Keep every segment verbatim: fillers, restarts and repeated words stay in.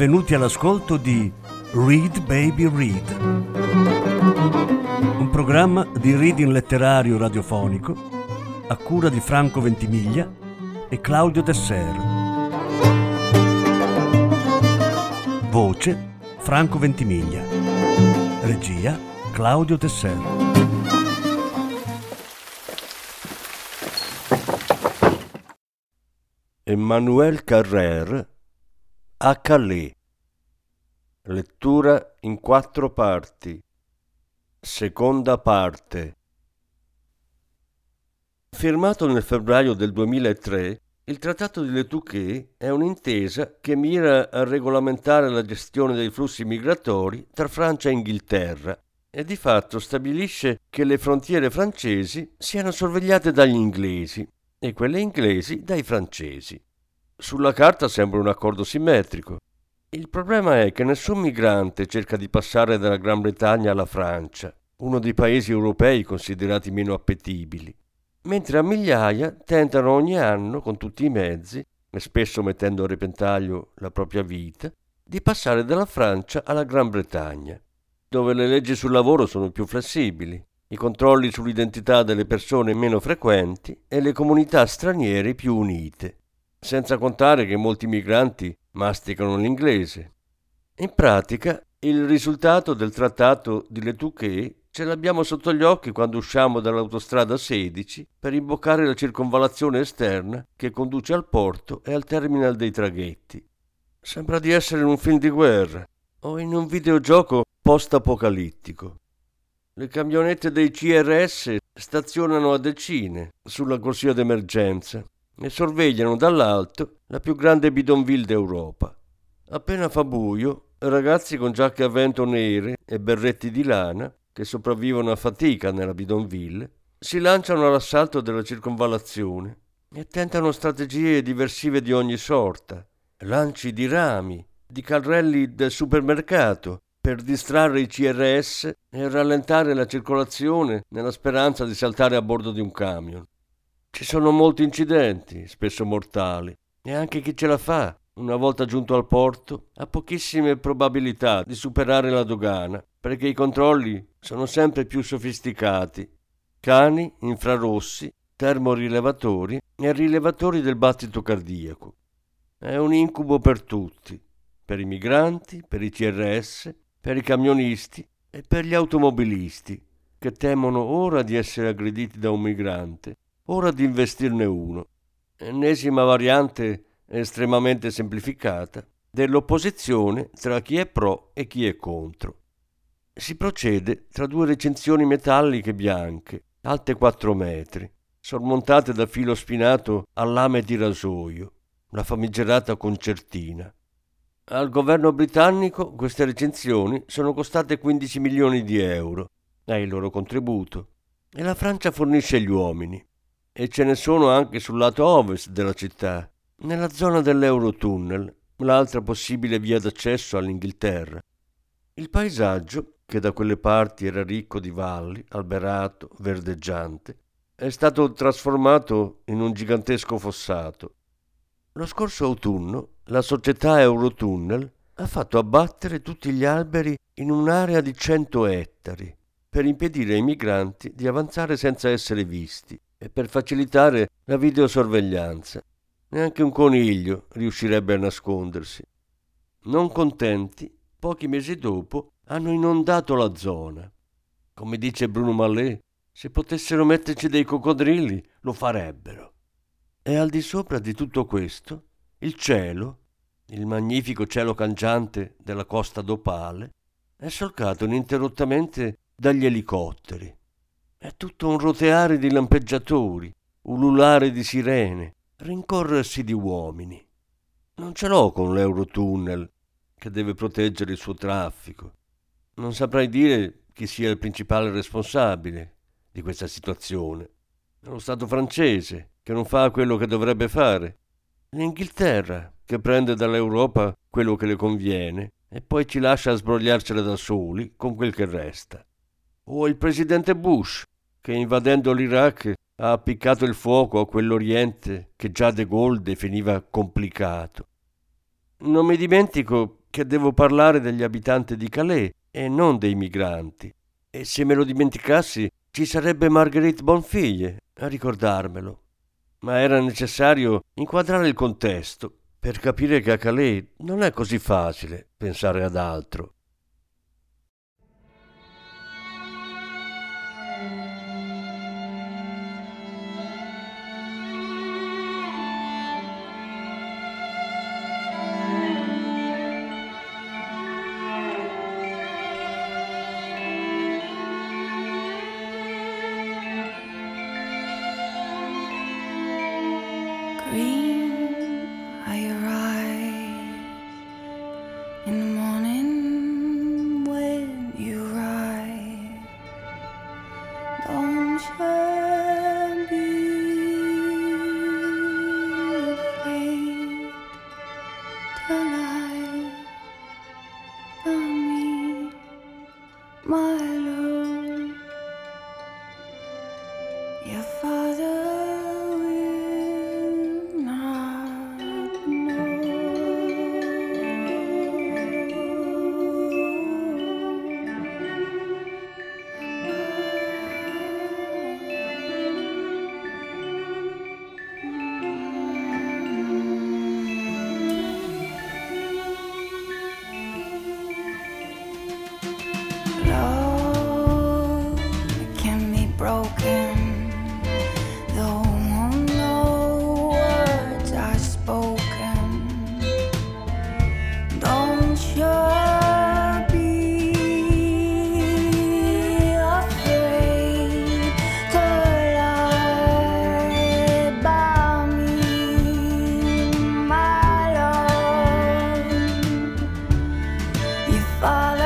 benvenuti all'ascolto di Read Baby Read, un programma di reading letterario radiofonico a cura di Franco Ventimiglia e Claudio Desser. Voce Franco Ventimiglia. Regia Claudio Desser. Emmanuel Carrère a Calais. Lettura in quattro parti. Seconda parte. Firmato nel febbraio del duemilatré, il Trattato di Le Touquet è un'intesa che mira a regolamentare la gestione dei flussi migratori tra Francia e Inghilterra e di fatto stabilisce che le frontiere francesi siano sorvegliate dagli inglesi e quelle inglesi dai francesi. Sulla carta sembra un accordo simmetrico. Il problema è che nessun migrante cerca di passare dalla Gran Bretagna alla Francia, uno dei paesi europei considerati meno appetibili, mentre a migliaia tentano ogni anno, con tutti i mezzi, e spesso mettendo a repentaglio la propria vita, di passare dalla Francia alla Gran Bretagna, dove le leggi sul lavoro sono più flessibili, i controlli sull'identità delle persone meno frequenti e le comunità straniere più unite, senza contare che molti migranti masticano l'inglese. In pratica, il risultato del trattato di Le Touquet ce l'abbiamo sotto gli occhi quando usciamo dall'autostrada sedici per imboccare la circonvallazione esterna che conduce al porto e al terminal dei traghetti. Sembra di essere in un film di guerra o in un videogioco post-apocalittico. Le camionette dei C R S stazionano a decine sulla corsia d'emergenza e sorvegliano dall'alto la più grande bidonville d'Europa. Appena fa buio, ragazzi con giacche a vento nere e berretti di lana, che sopravvivono a fatica nella bidonville, si lanciano all'assalto della circonvallazione e tentano strategie diversive di ogni sorta, lanci di rami, di carrelli del supermercato, per distrarre i C R S e rallentare la circolazione nella speranza di saltare a bordo di un camion. Ci sono molti incidenti, spesso mortali, e anche chi ce la fa, una volta giunto al porto, ha pochissime probabilità di superare la dogana, perché i controlli sono sempre più sofisticati. Cani, infrarossi, termorilevatori e rilevatori del battito cardiaco. È un incubo per tutti, per i migranti, per i C R S, per i camionisti e per gli automobilisti, che temono ora di essere aggrediti da un migrante, ora di investirne uno. Ennesima variante estremamente semplificata dell'opposizione tra chi è pro e chi è contro. Si procede tra due recinzioni metalliche bianche, alte quattro metri, sormontate da filo spinato a lame di rasoio, la famigerata concertina. Al governo britannico queste recinzioni sono costate quindici milioni di euro, è il loro contributo, e la Francia fornisce gli uomini. E ce ne sono anche sul lato ovest della città, nella zona dell'Eurotunnel, l'altra possibile via d'accesso all'Inghilterra. Il paesaggio, che da quelle parti era ricco di valli, alberato, verdeggiante, è stato trasformato in un gigantesco fossato. Lo scorso autunno la società Eurotunnel ha fatto abbattere tutti gli alberi in un'area di cento ettari per impedire ai migranti di avanzare senza essere visti e per facilitare la videosorveglianza. Neanche un coniglio riuscirebbe a nascondersi. Non contenti, pochi mesi dopo hanno inondato la zona. Come dice Bruno Mallet, se potessero metterci dei coccodrilli lo farebbero. E al di sopra di tutto questo, il cielo, il magnifico cielo cangiante della Costa d'Opale, è solcato ininterrottamente dagli elicotteri. È tutto un roteare di lampeggiatori, ululare di sirene, rincorrersi di uomini. Non ce l'ho con l'Eurotunnel, che deve proteggere il suo traffico. Non saprei dire chi sia il principale responsabile di questa situazione. È lo Stato francese, che non fa quello che dovrebbe fare. L'Inghilterra, che prende dall'Europa quello che le conviene e poi ci lascia sbrogliarcela da soli con quel che resta. O il presidente Bush, che invadendo l'Iraq ha appiccato il fuoco a quell'Oriente che già De Gaulle definiva complicato. Non mi dimentico che devo parlare degli abitanti di Calais e non dei migranti. E se me lo dimenticassi, ci sarebbe Marguerite Bonfiglie a ricordarmelo. Ma era necessario inquadrare il contesto per capire che a Calais non è così facile pensare ad altro. Green are your eyes in the morning when you rise. Don't you be afraid to lie by me, my love. Your father broken, though no words are spoken. Don't you be afraid to lie by me, my love. Your father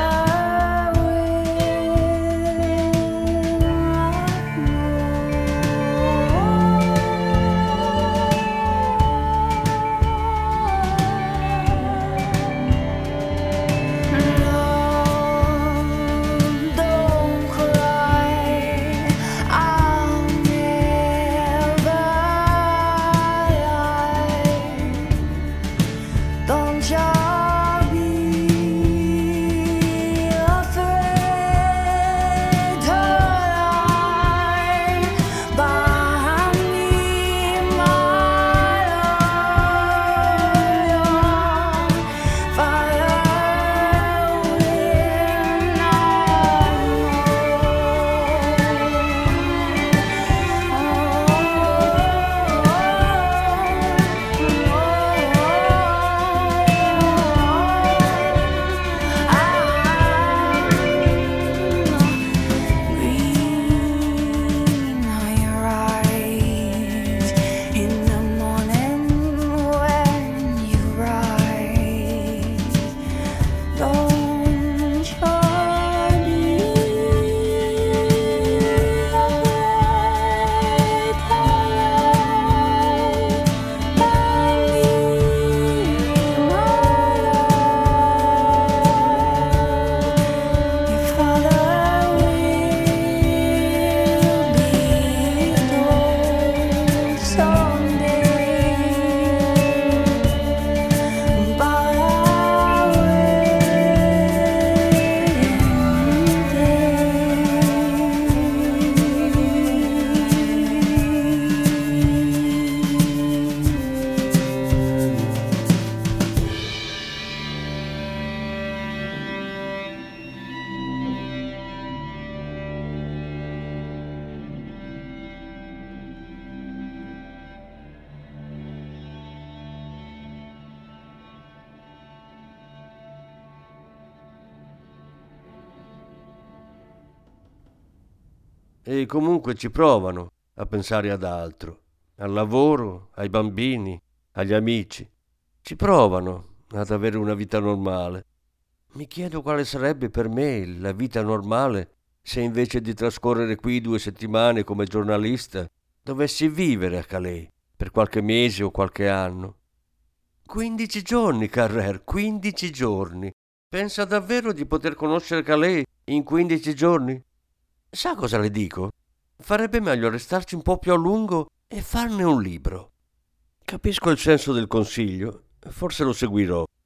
E comunque ci provano a pensare ad altro, al lavoro, ai bambini, agli amici. Ci provano ad avere una vita normale. Mi chiedo quale sarebbe per me la vita normale se invece di trascorrere qui due settimane come giornalista dovessi vivere a Calais per qualche mese o qualche anno. Quindici giorni, Carrère, quindici giorni. Pensa davvero di poter conoscere Calais in quindici giorni? Sa cosa le dico? Farebbe meglio restarci un po' più a lungo e farne un libro. Capisco il senso del consiglio, forse lo seguirò.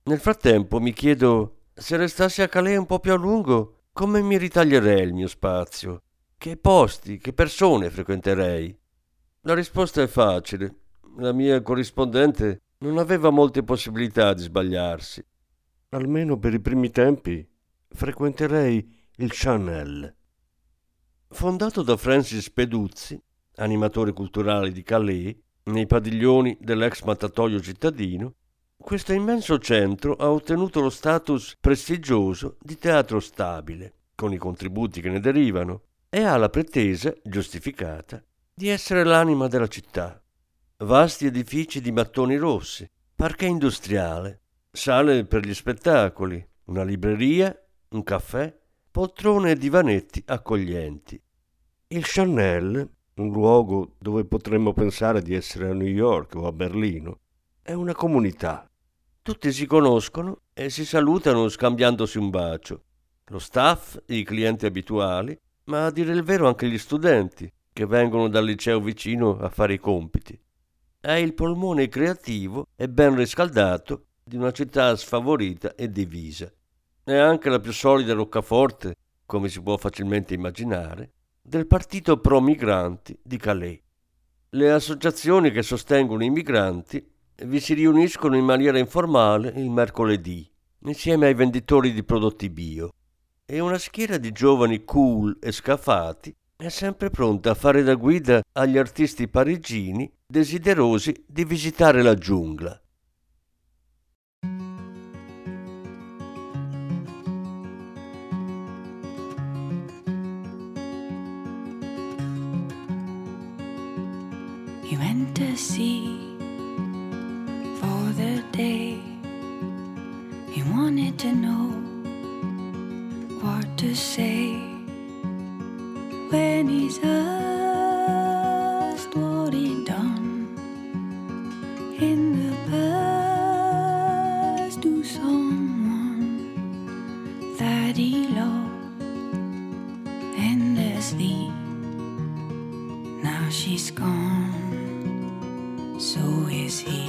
Nel frattempo mi chiedo, se restassi a Calais un po' più a lungo, come mi ritaglierei il mio spazio? Che posti, che persone frequenterei? La risposta è facile. La mia corrispondente non aveva molte possibilità di sbagliarsi. Almeno per i primi tempi frequenterei il Chanel. Fondato da Francis Peduzzi, animatore culturale di Calais, nei padiglioni dell'ex mattatoio cittadino, questo immenso centro ha ottenuto lo status prestigioso di teatro stabile, con i contributi che ne derivano, e ha la pretesa, giustificata, di essere l'anima della città. Vasti edifici di mattoni rossi, parquet industriale, sale per gli spettacoli, una libreria, un caffè, poltrone e divanetti accoglienti. Il Chanel, un luogo dove potremmo pensare di essere a New York o a Berlino, è una comunità. Tutti si conoscono e si salutano scambiandosi un bacio. Lo staff, i clienti abituali, ma a dire il vero anche gli studenti, che vengono dal liceo vicino a fare i compiti. È il polmone creativo e ben riscaldato di una città sfavorita e divisa. È anche la più solida roccaforte, come si può facilmente immaginare, del partito pro-migranti di Calais. Le associazioni che sostengono i migranti vi si riuniscono in maniera informale il mercoledì, insieme ai venditori di prodotti bio, e una schiera di giovani cool e scafati è sempre pronta a fare da guida agli artisti parigini desiderosi di visitare la giungla. He went to sea for the day. He wanted to know what to say when he's asked what he done in the past to someone that he loved endlessly. Now she's gone, so is he.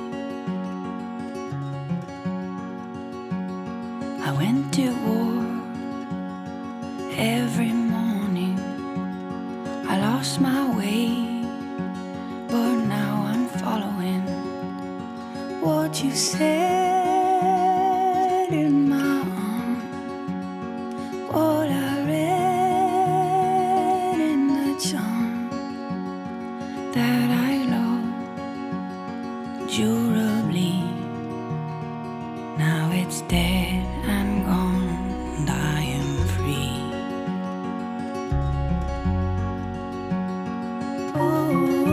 I went to war every morning. I lost my way, but now I'm following what you said in my arm, what I read in the charm that I love durably. Now it's dead and gone, and I am free. Oh,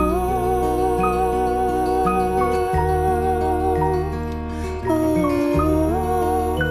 oh, oh,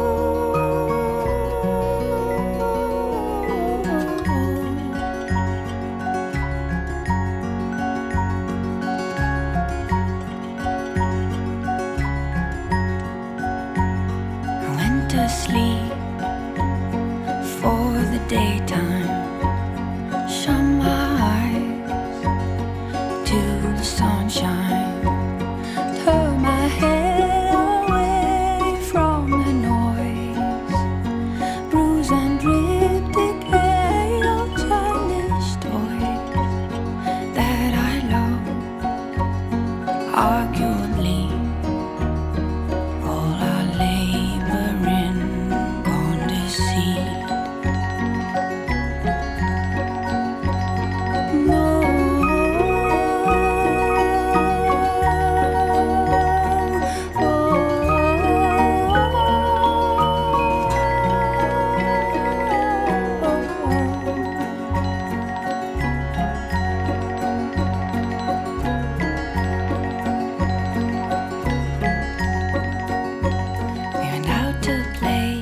I went to sleep for the daytime, shut my eyes to the sunshine, turn my head away from the noise, bruise and drip decay of childish toys that I love, arguably all our labor in gone to seed. No, we went out to play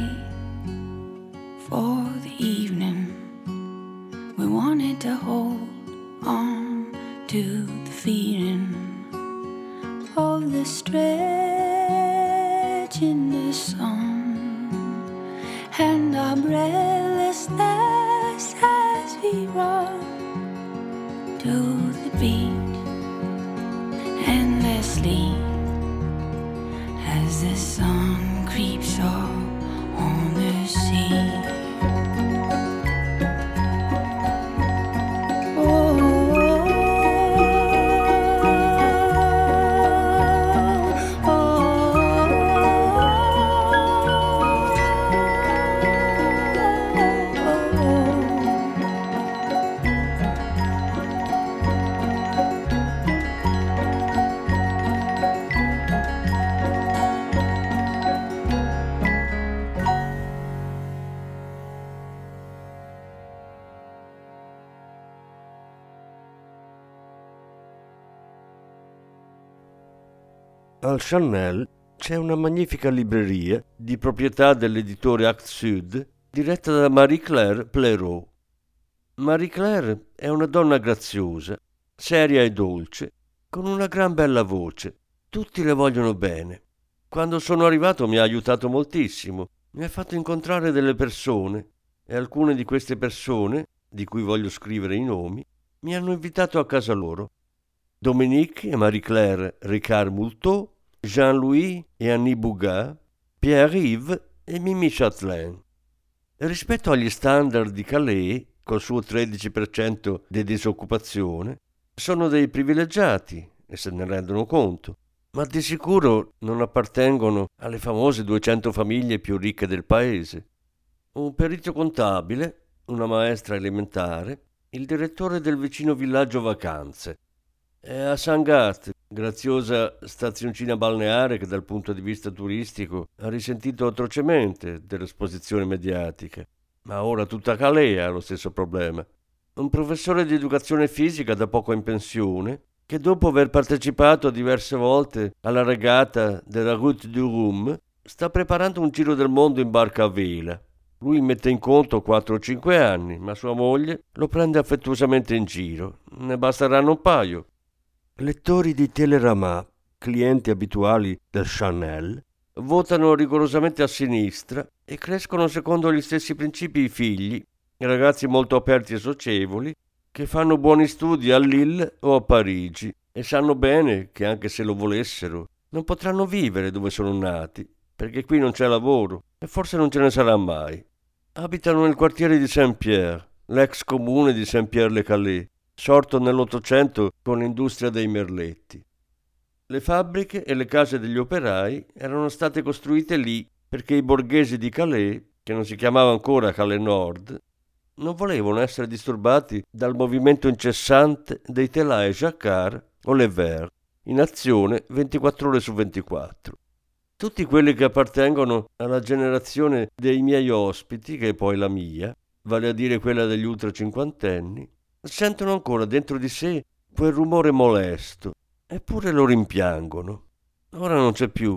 for the evening. We wanted to hold on to the feeling of the stretch in the sun and our breathlessness as we run to the beat endlessly as the sun Al Chanel c'è una magnifica libreria di proprietà dell'editore Act Sud, diretta da Marie-Claire Pleurot. Marie-Claire è una donna graziosa, seria e dolce, con una gran bella voce. Tutti le vogliono bene. Quando sono arrivato mi ha aiutato moltissimo, mi ha fatto incontrare delle persone e alcune di queste persone, di cui voglio scrivere i nomi, mi hanno invitato a casa loro. Dominique e Marie-Claire Ricard Moultot, Jean-Louis e Annie Bougat, Pierre-Yves e Mimi Chatelain. Rispetto agli standard di Calais, col suo tredici per cento di disoccupazione, sono dei privilegiati e se ne rendono conto, ma di sicuro non appartengono alle famose duecento famiglie più ricche del paese. Un perito contabile, una maestra elementare, il direttore del vicino villaggio vacanze. È a Sangatte, graziosa stazioncina balneare che dal punto di vista turistico ha risentito atrocemente dell'esposizione mediatica. Ma ora tutta Calais ha lo stesso problema. Un professore di educazione fisica da poco in pensione, che dopo aver partecipato diverse volte alla regata della Route du Rhum, sta preparando un giro del mondo in barca a vela. Lui mette in conto quattro o cinque anni, ma sua moglie lo prende affettuosamente in giro. Ne basteranno un paio. Lettori di Télérama, clienti abituali del Chanel, votano rigorosamente a sinistra e crescono secondo gli stessi principi i figli, ragazzi molto aperti e socievoli, che fanno buoni studi a Lille o a Parigi e sanno bene che anche se lo volessero non potranno vivere dove sono nati, perché qui non c'è lavoro e forse non ce ne sarà mai. Abitano nel quartiere di Saint-Pierre, l'ex comune di Saint-Pierre-le-Calais, sorto nell'Ottocento con l'industria dei merletti. Le fabbriche e le case degli operai erano state costruite lì perché i borghesi di Calais, che non si chiamava ancora Calais Nord, non volevano essere disturbati dal movimento incessante dei telai Jacquard o Les Verts, in azione ventiquattro ore su ventiquattro. Tutti quelli che appartengono alla generazione dei miei ospiti, che è poi la mia, vale a dire quella degli ultra cinquantenni, sentono ancora dentro di sé quel rumore molesto, eppure lo rimpiangono. Ora non c'è più.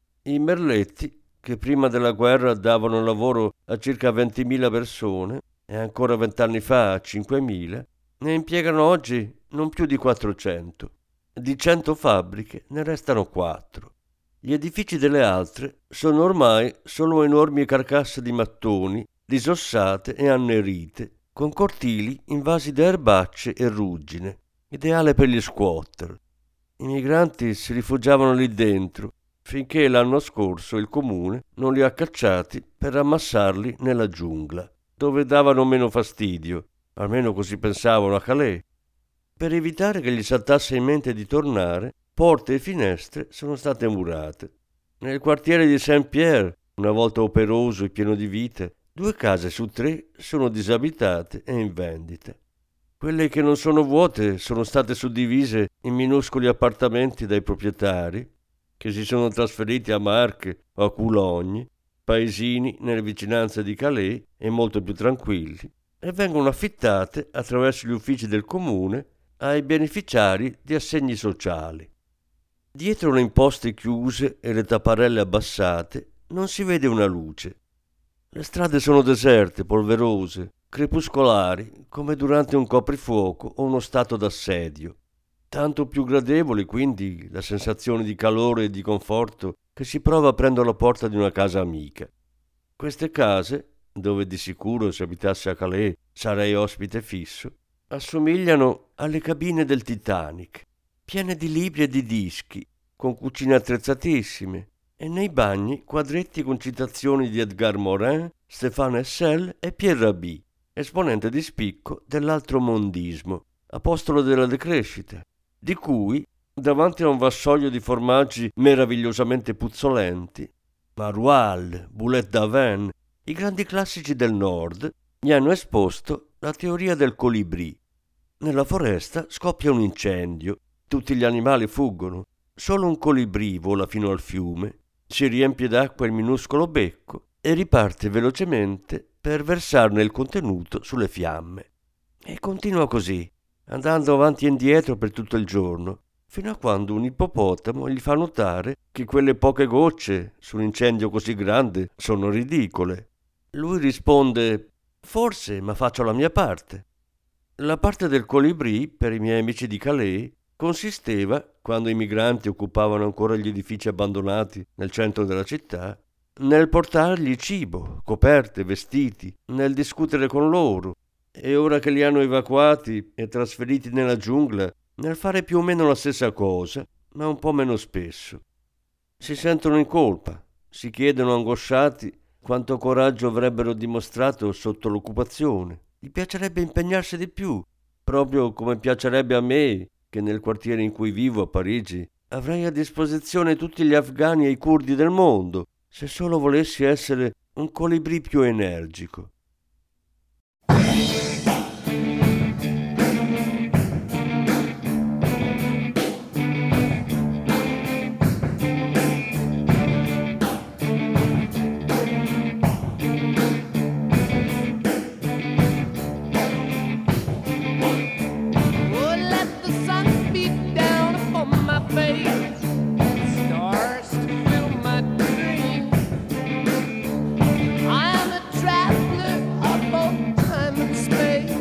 I merletti, che prima della guerra davano lavoro a circa ventimila persone, e ancora vent'anni fa a cinquemila, ne impiegano oggi non più di quattrocento. Di cento fabbriche ne restano quattro. Gli edifici delle altre sono ormai solo enormi carcasse di mattoni, disossate e annerite, con cortili invasi da erbacce e ruggine, ideale per gli squatter. I migranti si rifugiavano lì dentro, finché l'anno scorso il comune non li ha cacciati per ammassarli nella giungla, dove davano meno fastidio, almeno così pensavano a Calais. Per evitare che gli saltasse in mente di tornare, porte e finestre sono state murate. Nel quartiere di Saint-Pierre, una volta operoso e pieno di vita, due case su tre sono disabitate e in vendita. Quelle che non sono vuote sono state suddivise in minuscoli appartamenti dai proprietari, che si sono trasferiti a Marche o a Coulogne, paesini nelle vicinanze di Calais e molto più tranquilli, e vengono affittate attraverso gli uffici del comune ai beneficiari di assegni sociali. Dietro le imposte chiuse e le tapparelle abbassate non si vede una luce. Le strade sono deserte, polverose, crepuscolari, come durante un coprifuoco o uno stato d'assedio. Tanto più gradevoli, quindi, la sensazione di calore e di conforto che si prova aprendo la porta di una casa amica. Queste case, dove di sicuro se abitassi a Calais sarei ospite fisso, assomigliano alle cabine del Titanic, piene di libri e di dischi, con cucine attrezzatissime, e nei bagni quadretti con citazioni di Edgar Morin, Stéphane Hessel e Pierre Rabhi, esponente di spicco dell'altro mondismo, apostolo della decrescita, di cui, davanti a un vassoio di formaggi meravigliosamente puzzolenti, Maroilles, Boulette d'Avesnes, i grandi classici del nord, gli hanno esposto la teoria del colibrì. Nella foresta scoppia un incendio, tutti gli animali fuggono, solo un colibrì vola fino al fiume, si riempie d'acqua il minuscolo becco e riparte velocemente per versarne il contenuto sulle fiamme. E continua così, andando avanti e indietro per tutto il giorno, fino a quando un ippopotamo gli fa notare che quelle poche gocce su un incendio così grande sono ridicole. Lui risponde: forse, ma faccio la mia parte. La parte del colibrì, per i miei amici di Calais, consisteva, quando i migranti occupavano ancora gli edifici abbandonati nel centro della città, nel portargli cibo, coperte, vestiti, nel discutere con loro, e ora che li hanno evacuati e trasferiti nella giungla, nel fare più o meno la stessa cosa, ma un po' meno spesso. Si sentono in colpa, si chiedono angosciati quanto coraggio avrebbero dimostrato sotto l'occupazione. Gli piacerebbe impegnarsi di più, proprio come piacerebbe a me, che nel quartiere in cui vivo a Parigi avrei a disposizione tutti gli afghani e i curdi del mondo, se solo volessi essere un colibrì più energico. Traveler of both time and space.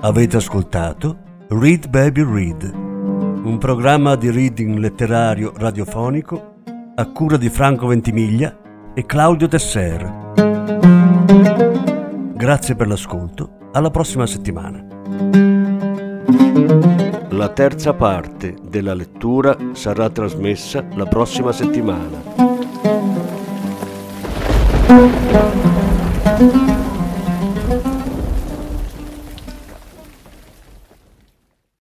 Avete ascoltato Read Baby Read, un programma di reading letterario radiofonico a cura di Franco Ventimiglia e Claudio Tesser. Grazie per l'ascolto, alla prossima settimana. La terza parte della lettura sarà trasmessa la prossima settimana.